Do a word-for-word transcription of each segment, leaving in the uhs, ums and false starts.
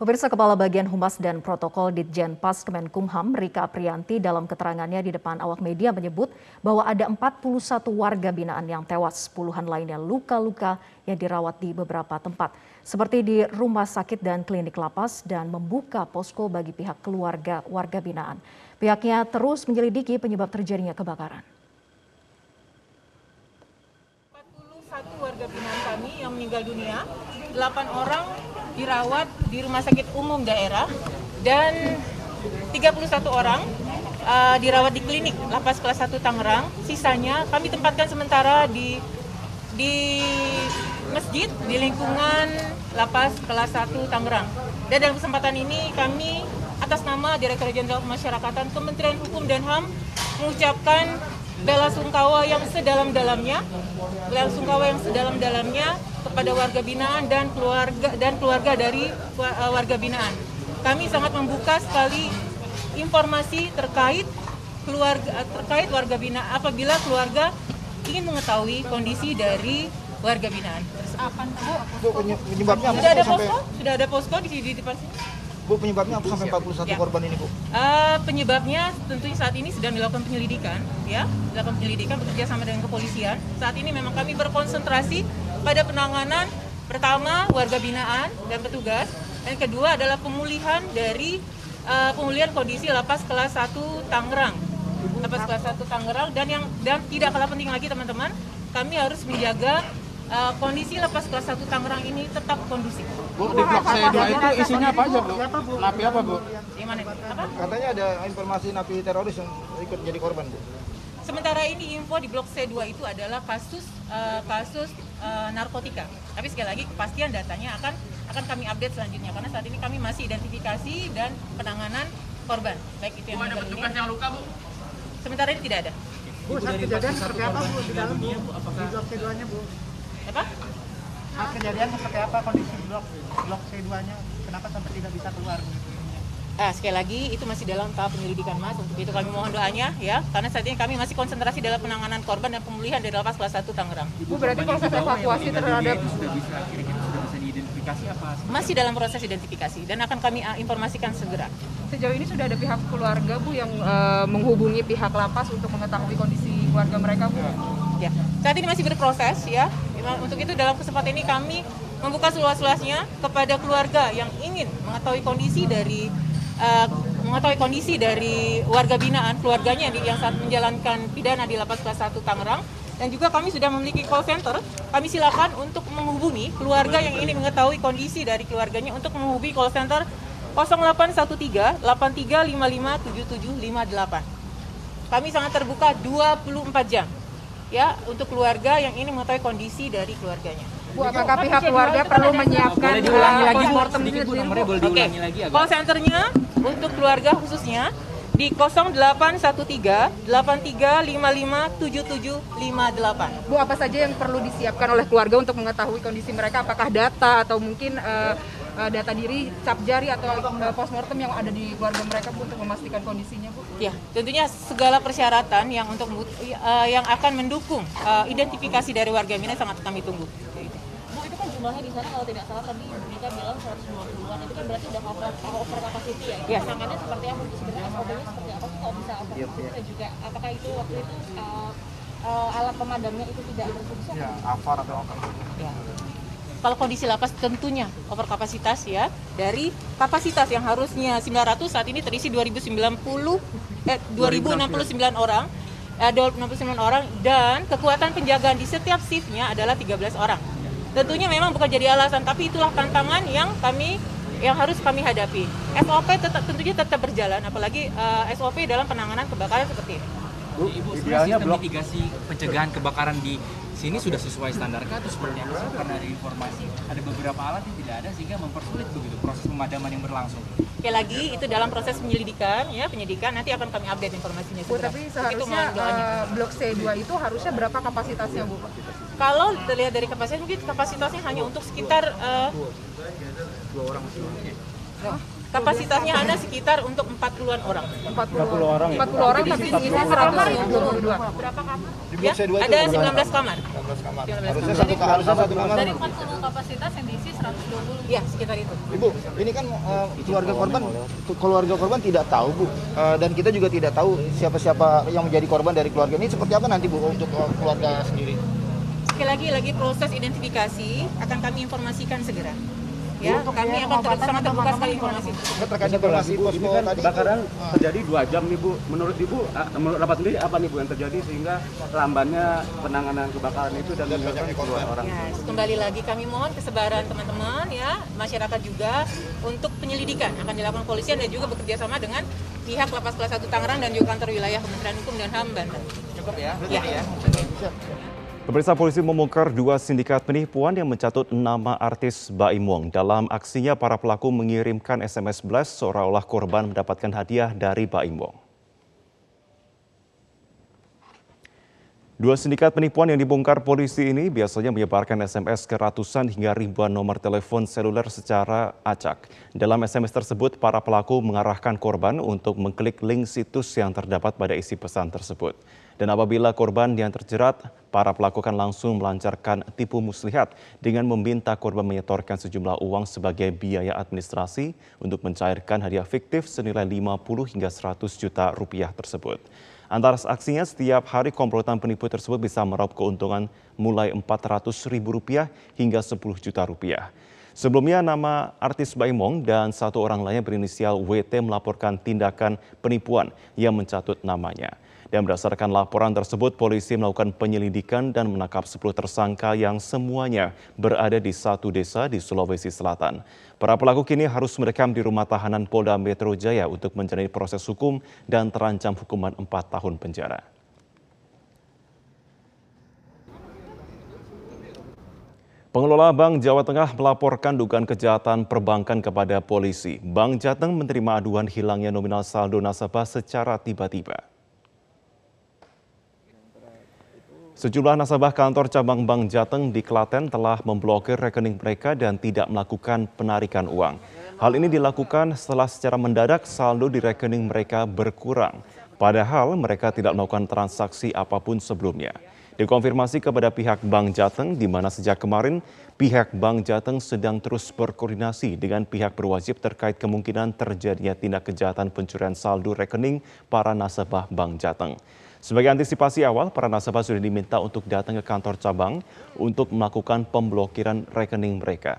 Pemirsa, Kepala Bagian Humas dan Protokol Ditjenpas Kemenkumham, Rika Aprianti, dalam keterangannya di depan awak media menyebut bahwa ada empat puluh satu warga binaan yang tewas, puluhan lainnya luka-luka yang dirawat di beberapa tempat, seperti di rumah sakit dan klinik lapas, dan membuka posko bagi pihak keluarga warga binaan. Pihaknya terus menyelidiki penyebab terjadinya kebakaran. empat puluh satu warga binaan kami yang meninggal dunia, delapan orang dirawat di rumah sakit umum daerah, dan tiga puluh satu orang uh, dirawat di klinik lapas kelas satu Tangerang. Sisanya kami tempatkan sementara di di masjid di lingkungan lapas kelas satu Tangerang. Dan dalam kesempatan ini kami atas nama Direktur Jenderal Pemasyarakatan Kementerian Hukum dan H A M mengucapkan bela sungkawa yang sedalam-dalamnya, bela sungkawa yang sedalam-dalamnya kepada warga binaan dan keluarga dan keluarga dari warga binaan. Kami sangat membuka sekali informasi terkait keluarga terkait warga binaan apabila keluarga ingin mengetahui kondisi dari warga binaan. Apa Bu, penyebabnya apa? Sudah ada posko? Sudah ada posko di sini di depan sini. Bu, penyebabnya apa sampai empat puluh satu ya. Korban ini, Bu? Uh, penyebabnya tentunya saat ini sedang dilakukan penyelidikan, ya, dilakukan penyelidikan bekerja sama dengan kepolisian. Saat ini memang kami berkonsentrasi pada penanganan pertama warga binaan dan petugas, dan kedua adalah pemulihan dari uh, pemulihan kondisi lapas kelas satu Tangerang, lapas kelas satu Tangerang, dan yang dan tidak kalah penting lagi teman-teman, kami harus menjaga uh, kondisi lapas kelas satu Tangerang ini tetap kondusif. Bu, di blok C dua itu isinya apa aja, Bu? Napi apa, Bu? Di mana? Apa? Katanya ada informasi napi teroris yang ikut jadi korban, Bu. Sementara ini info di blok C dua itu adalah kasus uh, kasus uh, narkotika. Tapi sekali lagi kepastian datanya akan akan kami update selanjutnya, karena saat ini kami masih identifikasi dan penanganan korban. Baik itu yang Bu, ada petugas yang luka, Bu? Sementara ini tidak ada. Bu, saat kejadian seperti apa, Bu, di dalam, Bu? Di blok C dua-nya, Bu? Apa? Saat kejadian seperti apa kondisi blok blok C dua-nya? Kenapa sampai tidak bisa keluar? Ah, sekali lagi itu masih dalam tahap penyelidikan, Mas. Untuk itu kami mohon doanya, ya, karena saat ini kami masih konsentrasi dalam penanganan korban dan pemulihan dari lapas kelas satu Tangerang. Bu, berarti proses evakuasi terhadap sudah bisa kira-kira sudah bisa diidentifikasi apa? Masih dalam proses identifikasi dan akan kami uh, informasikan segera. Sejauh ini sudah ada pihak keluarga, Bu, yang uh, menghubungi pihak lapas untuk mengetahui kondisi keluarga mereka, Bu? Ya, saat ini masih berproses, ya. Untuk itu dalam kesempatan ini kami membuka seluas-luasnya kepada keluarga yang ingin mengetahui kondisi dari uh, mengetahui kondisi dari warga binaan, keluarganya yang, yang saat menjalankan pidana di lapas kelas satu Tangerang. Dan juga kami sudah memiliki call center. Kami silakan untuk menghubungi keluarga yang ingin mengetahui kondisi dari keluarganya untuk menghubungi call center nol delapan satu tiga delapan tiga lima lima tujuh tujuh lima delapan. Kami sangat terbuka dua puluh empat jam, ya, untuk keluarga yang ingin mengetahui kondisi dari keluarganya. Bu, apakah pihak keluarga perlu menyiapkan boleh diulangi lagi, Bu? postmortem Sedikit, Bu, sendiri, nomornya boleh diulangi lagi ya, Bu? Call centernya untuk keluarga khususnya di nol delapan satu tiga delapan tiga lima lima tujuh tujuh lima delapan. Bu, apa saja yang perlu disiapkan oleh keluarga untuk mengetahui kondisi mereka? Apakah data atau mungkin uh, uh, data diri, cap jari atau uh, postmortem yang ada di keluarga mereka, Bu, untuk memastikan kondisinya, Bu? Ya, tentunya segala persyaratan yang untuk uh, yang akan mendukung uh, identifikasi dari warga binaan sangat kami tunggu. Bu, itu kan jumlahnya di sana kalau tidak salah tadi mereka bilang seratus lima puluhan, itu kan berarti udah over, over capacity ya? Yes. Penanganannya seperti apa? Sebenarnya S O P-nya seperti apa sih kalau bisa over capacity, dan juga apakah itu waktu itu uh, uh, alat pemadamnya itu tidak berfungsi? Ya, AVAR atau apa? Ya. Kalau kondisi lapas tentunya over kapasitas, ya, dari kapasitas yang harusnya sembilan ratus saat ini terisi dua ribu sembilan puluh eh dua ribu enam puluh sembilan orang, eh, enam puluh sembilan orang, dan kekuatan penjagaan di setiap shiftnya adalah tiga belas orang. Tentunya memang bukan jadi alasan, tapi itulah tantangan yang kami yang harus kami hadapi. S O P tetap tentunya tetap berjalan, apalagi uh, S O P dalam penanganan kebakaran seperti ini. Bu, Ibu, sebenarnya sistem mitigasi pencegahan kebakaran di sini sudah sesuai standar kah atau seperti apa? Karena ada informasi ada beberapa alat yang tidak ada sehingga mempersulit begitu proses pemadaman yang berlangsung. Oke, lagi itu dalam proses penyelidikan, ya, penyidikan, nanti akan kami update informasinya. Bu, tapi seharusnya uh, blok C dua itu harusnya berapa kapasitasnya, Bu? Kalau dilihat dari kapasitas, mungkin kapasitasnya hanya untuk sekitar uh, dua orang masih. Kapasitasnya ada sekitar untuk empat puluhan orang. empat puluh orang. empat puluh orang tapi diisi seratus dua puluh dua. Berapa kamar? Di Ya, blok C dua itu ada berapa? sembilan belas kamar. sembilan belas kamar. sembilan belas Harusnya kamar. satu harusnya satu kamar. Dari empat puluh kapasitas yang diisi seratus dua puluh. Ya, sekitar itu. Ibu, ini kan eh, keluarga korban, keluarga korban tidak tahu Bu, Eh, dan kita juga tidak tahu siapa-siapa yang menjadi korban dari keluarga ini. Seperti apa nanti Bu untuk eh, keluarga sendiri? Sekali lagi lagi proses identifikasi akan kami informasikan segera. Ya, kami akan ter sangat terbuka sekali informasi itu. Saya terkait informasi Bu, posko ini kan tadi. kebakaran terjadi dua jam nih Bu. Menurut Ibu, ah, menurut Bapak sendiri apa nih Bu yang terjadi sehingga lambannya penanganan kebakaran itu dan menyebabkan dua orang? Ya, kembali lagi kami mohon kesabaran teman-teman ya, masyarakat juga untuk penyelidikan akan dilakukan polisian dan juga bekerja sama dengan pihak Lapas Kelas satu Tangerang dan juga kantor wilayah Kementerian Hukum dan H A M Banten. Cukup ya? Ya. ya. Pemirsa, polisi membongkar dua sindikat penipuan yang mencatut nama artis Baim Wong. Dalam aksinya, para pelaku mengirimkan S M S blast seolah-olah korban mendapatkan hadiah dari Baim Wong. Dua sindikat penipuan yang dibongkar polisi ini biasanya menyebarkan S M S ke ratusan hingga ribuan nomor telepon seluler secara acak. Dalam S M S tersebut, para pelaku mengarahkan korban untuk mengklik link situs yang terdapat pada isi pesan tersebut. Dan apabila korban yang terjerat, para pelaku akan langsung melancarkan tipu muslihat dengan meminta korban menyetorkan sejumlah uang sebagai biaya administrasi untuk mencairkan hadiah fiktif senilai lima puluh hingga seratus juta rupiah tersebut. Antara aksinya, setiap hari komplotan penipu tersebut bisa meraup keuntungan mulai empat ratus ribu rupiah hingga sepuluh juta rupiah. Sebelumnya, nama artis Baim Wong dan satu orang lainnya berinisial W T melaporkan tindakan penipuan yang mencatut namanya. Dan berdasarkan laporan tersebut, polisi melakukan penyelidikan dan menangkap sepuluh tersangka yang semuanya berada di satu desa di Sulawesi Selatan. Para pelaku kini harus mendekam di rumah tahanan Polda Metro Jaya untuk menjalani proses hukum dan terancam hukuman empat tahun penjara. Pengelola Bank Jawa Tengah melaporkan dugaan kejahatan perbankan kepada polisi. Bank Jateng menerima aduan hilangnya nominal saldo nasabah secara tiba-tiba. Sejumlah nasabah kantor cabang Bank Jateng di Klaten telah memblokir rekening mereka dan tidak melakukan penarikan uang. Hal ini dilakukan setelah secara mendadak saldo di rekening mereka berkurang. Padahal mereka tidak melakukan transaksi apapun sebelumnya. Dikonfirmasi kepada pihak Bank Jateng, di mana sejak kemarin pihak Bank Jateng sedang terus berkoordinasi dengan pihak berwajib terkait kemungkinan terjadinya tindak kejahatan pencurian saldo rekening para nasabah Bank Jateng. Sebagai antisipasi awal, para nasabah sudah diminta untuk datang ke kantor cabang untuk melakukan pemblokiran rekening mereka.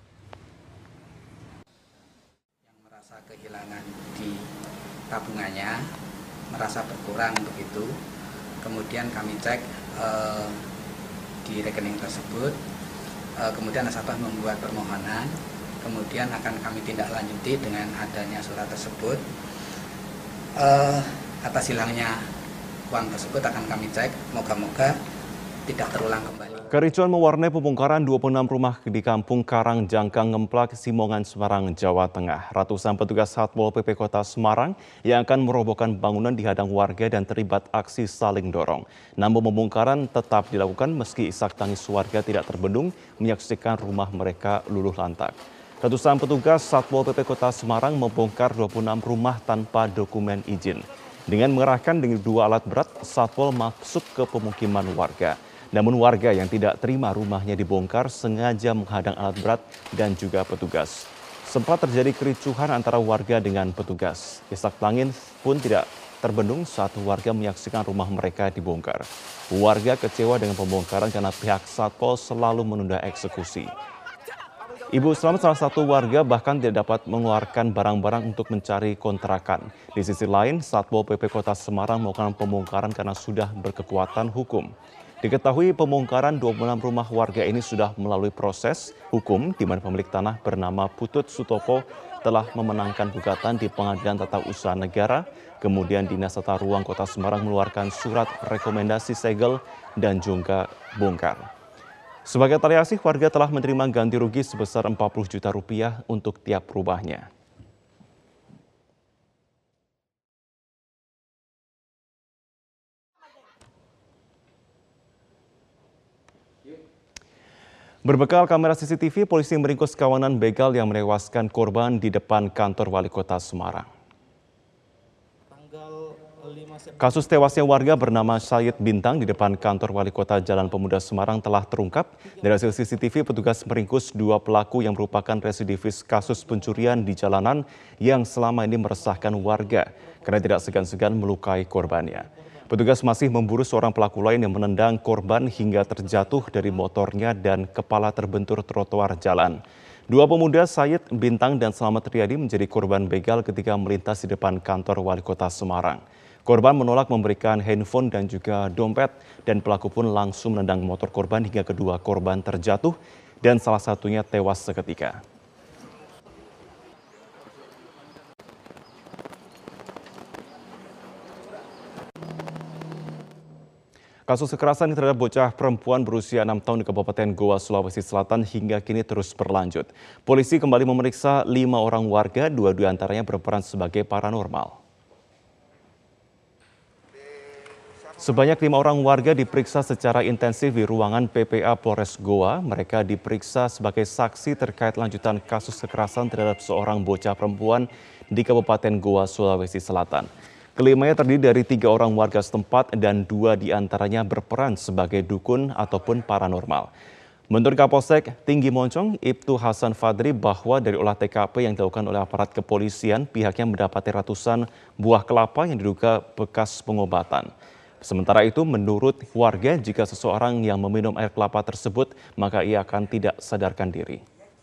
Yang merasa kehilangan di tabungannya, merasa berkurang begitu, kemudian kami cek eh, di rekening tersebut, eh, kemudian nasabah membuat permohonan, kemudian akan kami tindak lanjuti dengan adanya surat tersebut. Eh, atas hilangnya uang tersebut akan kami cek, moga-moga tidak terulang kembali. Kericuan mewarnai pembongkaran dua puluh enam rumah di Kampung Karang Jangkang Ngemplak, Simongan, Semarang, Jawa Tengah. Ratusan petugas Satpol P P Kota Semarang yang akan merobohkan bangunan dihadang warga dan terlibat aksi saling dorong. Namun pembongkaran tetap dilakukan meski isak tangis warga tidak terbendung menyaksikan rumah mereka luluh lantak. Ratusan petugas Satpol P P Kota Semarang membongkar dua puluh enam rumah tanpa dokumen izin. Dengan mengerahkan dengan dua alat berat, Satpol masuk ke pemukiman warga. Namun warga yang tidak terima rumahnya dibongkar sengaja menghadang alat berat dan juga petugas. Sempat terjadi kericuhan antara warga dengan petugas. Isak tangis pun tidak terbendung saat warga menyaksikan rumah mereka dibongkar. Warga kecewa dengan pembongkaran karena pihak Satpol selalu menunda eksekusi. Ibu Selamat, salah satu warga, bahkan tidak dapat mengeluarkan barang-barang untuk mencari kontrakan. Di sisi lain, Satpol P P Kota Semarang melakukan pembongkaran karena sudah berkekuatan hukum. Diketahui pembongkaran dua puluh enam rumah warga ini sudah melalui proses hukum di mana pemilik tanah bernama Putut Sutopo telah memenangkan gugatan di Pengadilan Tata Usaha Negara. Kemudian Dinas Tata Ruang Kota Semarang mengeluarkan surat rekomendasi segel dan juga bongkar. Sebagai tali asih, warga telah menerima ganti rugi sebesar empat puluh juta rupiah untuk tiap rumahnya. Berbekal kamera C C T V, polisi meringkus kawanan begal yang menewaskan korban di depan kantor wali kota Semarang. Kasus tewasnya warga bernama Syed Bintang di depan kantor wali kota Jalan Pemuda Semarang telah terungkap. Dari hasil C C T V, petugas meringkus dua pelaku yang merupakan residivis kasus pencurian di jalanan yang selama ini meresahkan warga karena tidak segan-segan melukai korbannya. Petugas masih memburu seorang pelaku lain yang menendang korban hingga terjatuh dari motornya dan kepala terbentur trotoar jalan. Dua pemuda, Syed Bintang dan Slamet Riyadi, menjadi korban begal ketika melintas di depan kantor wali kota Semarang. Korban menolak memberikan handphone dan juga dompet, dan pelaku pun langsung menendang motor korban hingga kedua korban terjatuh dan salah satunya tewas seketika. Kasus kekerasan terhadap bocah perempuan berusia enam tahun di Kabupaten Goa, Sulawesi Selatan hingga kini terus berlanjut. Polisi kembali memeriksa lima orang warga, dua di antaranya berperan sebagai paranormal. Sebanyak lima orang warga diperiksa secara intensif di ruangan P P A Polres Goa. Mereka diperiksa sebagai saksi terkait lanjutan kasus kekerasan terhadap seorang bocah perempuan di Kabupaten Goa, Sulawesi Selatan. Kelimanya terdiri dari tiga orang warga setempat dan dua diantaranya berperan sebagai dukun ataupun paranormal. Menurut Kapolsek Tinggi Moncong, Ibtu Hasan Fadri, bahwa dari olah T K P yang dilakukan oleh aparat kepolisian, pihaknya mendapati ratusan buah kelapa yang diduga bekas pengobatan. Sementara itu, menurut warga, jika seseorang yang meminum air kelapa tersebut, maka ia akan tidak sadarkan diri.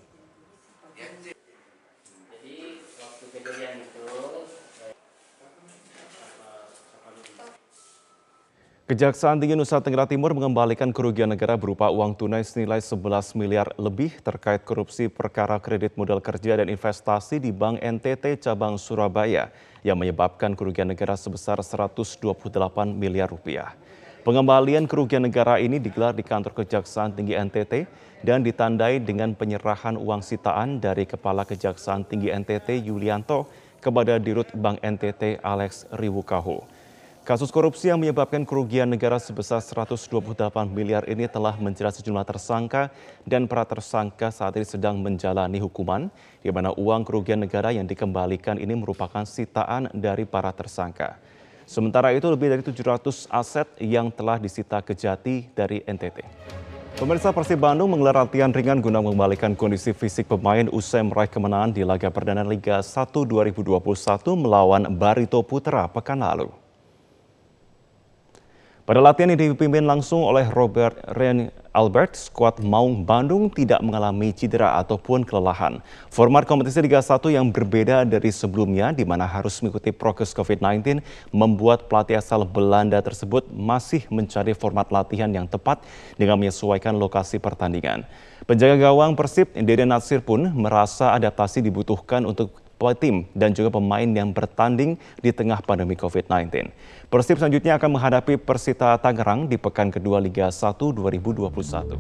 Kejaksaan Tinggi Nusa Tenggara Timur mengembalikan kerugian negara berupa uang tunai senilai sebelas miliar lebih terkait korupsi perkara kredit modal kerja dan investasi di Bank N T T cabang Surabaya yang menyebabkan kerugian negara sebesar seratus dua puluh delapan miliar rupiah. Pengembalian kerugian negara ini digelar di kantor Kejaksaan Tinggi N T T dan ditandai dengan penyerahan uang sitaan dari Kepala Kejaksaan Tinggi N T T Yulianto kepada Dirut Bank N T T Alex Riwukahu. Kasus korupsi yang menyebabkan kerugian negara sebesar seratus dua puluh delapan miliar ini telah menjerat sejumlah tersangka dan para tersangka saat ini sedang menjalani hukuman, di mana uang kerugian negara yang dikembalikan ini merupakan sitaan dari para tersangka. Sementara itu, lebih dari tujuh ratus aset yang telah disita Kejati dari N T T. Pemirsa, Persib Bandung menggelar latihan ringan guna mengembalikan kondisi fisik pemain usai meraih kemenangan di laga perdana Liga satu dua ribu dua puluh satu melawan Barito Putra pekan lalu. Pada latihan yang dipimpin langsung oleh Robert Ren Albert, skuad Maung Bandung tidak mengalami cedera ataupun kelelahan. Format kompetisi Liga satu yang berbeda dari sebelumnya, di mana harus mengikuti prokes covid sembilan belas, membuat pelatih asal Belanda tersebut masih mencari format latihan yang tepat dengan menyesuaikan lokasi pertandingan. Penjaga gawang Persib, Deden Natsir, pun merasa adaptasi dibutuhkan untuk tim dan juga pemain yang bertanding di tengah pandemi covid sembilan belas. Persib selanjutnya akan menghadapi Persita Tangerang di pekan kedua Liga satu dua ribu dua puluh satu.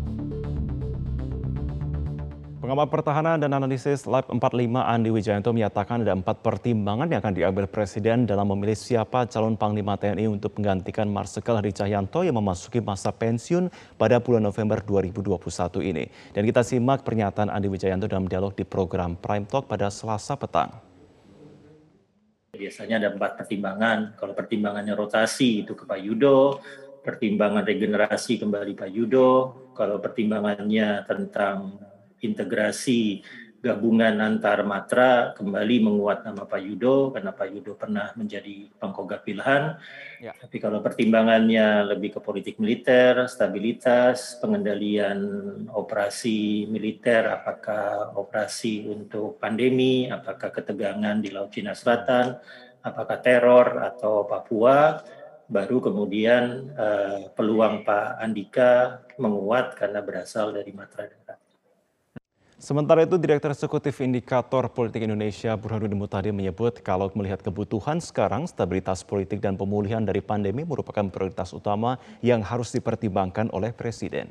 Pengamat pertahanan dan analisis Live empat puluh lima Andi Wijayanto menyatakan ada empat pertimbangan yang akan diambil Presiden dalam memilih siapa calon Panglima T N I untuk menggantikan Marsikal Hadi Cahyanto yang memasuki masa pensiun pada bulan November dua ribu dua puluh satu ini. Dan kita simak pernyataan Andi Wijayanto dalam dialog di program Prime Talk pada Selasa petang. Biasanya ada empat pertimbangan. Kalau pertimbangannya rotasi itu ke Pak Yudo, pertimbangan regenerasi kembali Pak Yudo, kalau pertimbangannya tentang integrasi gabungan antar matra kembali menguat nama Pak Yudo karena Pak Yudo pernah menjadi pangkogap Wilhan. Ya. Tapi kalau pertimbangannya lebih ke politik militer, stabilitas, pengendalian operasi militer, apakah operasi untuk pandemi, apakah ketegangan di Laut Cina Selatan, apakah teror atau Papua, baru kemudian eh, peluang Pak Andika menguat karena berasal dari matra darat. Sementara itu, Direktur Eksekutif Indikator Politik Indonesia Burhanuddin Muhtadi menyebut kalau melihat kebutuhan sekarang, stabilitas politik dan pemulihan dari pandemi merupakan prioritas utama yang harus dipertimbangkan oleh Presiden.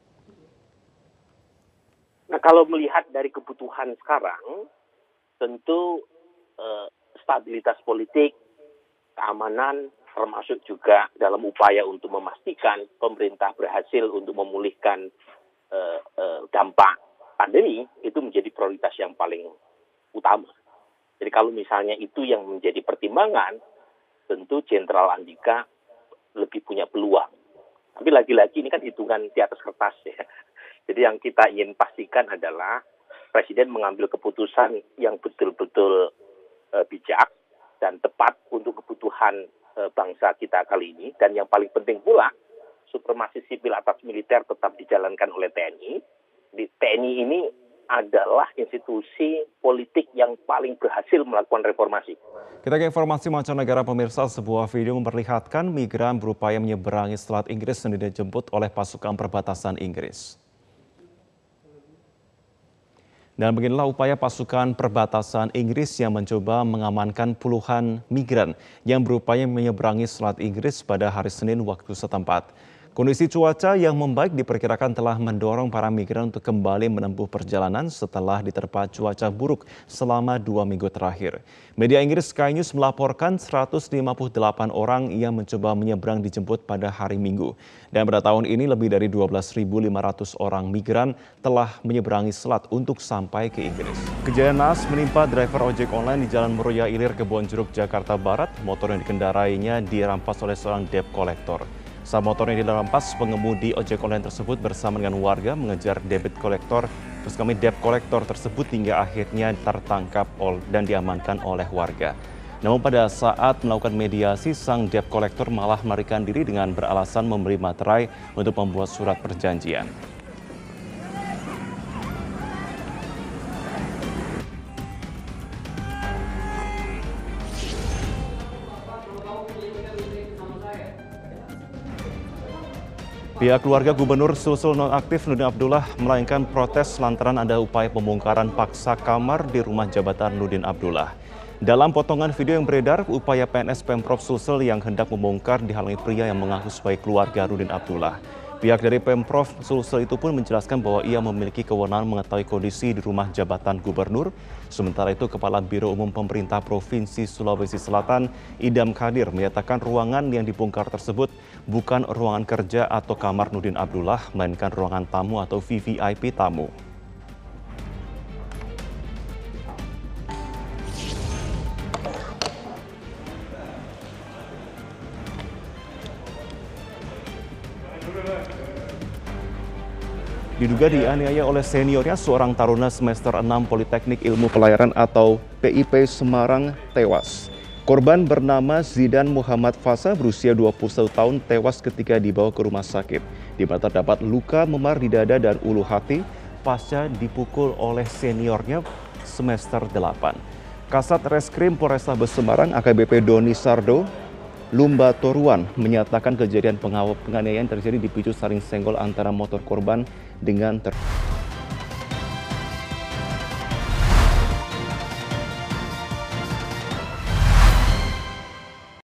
Nah, kalau melihat dari kebutuhan sekarang, tentu eh, stabilitas politik, keamanan, termasuk juga dalam upaya untuk memastikan pemerintah berhasil untuk memulihkan uh, uh, dampak pandemi itu menjadi prioritas yang paling utama. Jadi kalau misalnya itu yang menjadi pertimbangan, tentu Jenderal Andika lebih punya peluang. Tapi lagi-lagi ini kan hitungan di atas kertas ya. Jadi yang kita ingin pastikan adalah Presiden mengambil keputusan yang betul-betul uh, bijak dan tepat untuk kebutuhan uh, bangsa kita kali ini. Dan yang paling penting pula, supremasi sipil atas militer tetap dijalankan oleh T N I. Di T N I ini adalah institusi politik yang paling berhasil melakukan reformasi. Kita ke informasi mancanegara pemirsa, sebuah video memperlihatkan migran berupaya menyeberangi Selat Inggris dan dijemput oleh pasukan perbatasan Inggris. Dan beginilah upaya pasukan perbatasan Inggris yang mencoba mengamankan puluhan migran yang berupaya menyeberangi Selat Inggris pada hari Senin waktu setempat. Kondisi cuaca yang membaik diperkirakan telah mendorong para migran untuk kembali menempuh perjalanan setelah diterpa cuaca buruk selama dua minggu terakhir. Media Inggris Sky News melaporkan seratus lima puluh delapan orang yang mencoba menyeberang dijemput pada hari Minggu. Dan pada tahun ini lebih dari dua belas ribu lima ratus orang migran telah menyeberangi selat untuk sampai ke Inggris. Kejadian naas menimpa driver ojek online di Jalan Meruya Ilir, Kebonjeruk, Jakarta Barat. Motor yang dikendarainya dirampas oleh seorang debt collector. Saat motornya dirampas, pengemudi ojek online tersebut bersama dengan warga mengejar debit kolektor, terus kami debt collector tersebut hingga akhirnya tertangkap dan diamankan oleh warga. Namun pada saat melakukan mediasi, sang debt collector malah melarikan diri dengan beralasan memberi materai untuk membuat surat perjanjian. Pihak keluarga Gubernur Sulsel nonaktif Nurdin Abdullah melayangkan protes lantaran ada upaya pembongkaran paksa kamar di rumah jabatan Nurdin Abdullah. Dalam potongan video yang beredar, upaya P N S Pemprov Sulsel yang hendak membongkar dihalangi pria yang mengaku sebagai keluarga Nurdin Abdullah. Pihak dari Pemprov Sulsel itu pun menjelaskan bahwa ia memiliki kewenangan mengetahui kondisi di rumah jabatan gubernur. Sementara itu, Kepala Biro Umum Pemerintah Provinsi Sulawesi Selatan, Idam Kadir, menyatakan ruangan yang dibongkar tersebut bukan ruangan kerja atau kamar Nurdin Abdullah, melainkan ruangan tamu atau V V I P tamu. Diduga dianiaya oleh seniornya, seorang taruna semester enam Politeknik Ilmu Pelayaran atau P I P Semarang tewas. Korban bernama Zidan Muhammad Fasa berusia dua puluh satu tahun tewas ketika dibawa ke rumah sakit, di mana terdapat luka memar di dada dan ulu hati pasca dipukul oleh seniornya semester delapan. Kasat Reskrim Polrestabes Semarang A K B P Doni Sardo Lumba Toruan menyatakan kejadian penganiayaan terjadi dipicu saling senggol antara motor korban dengan ter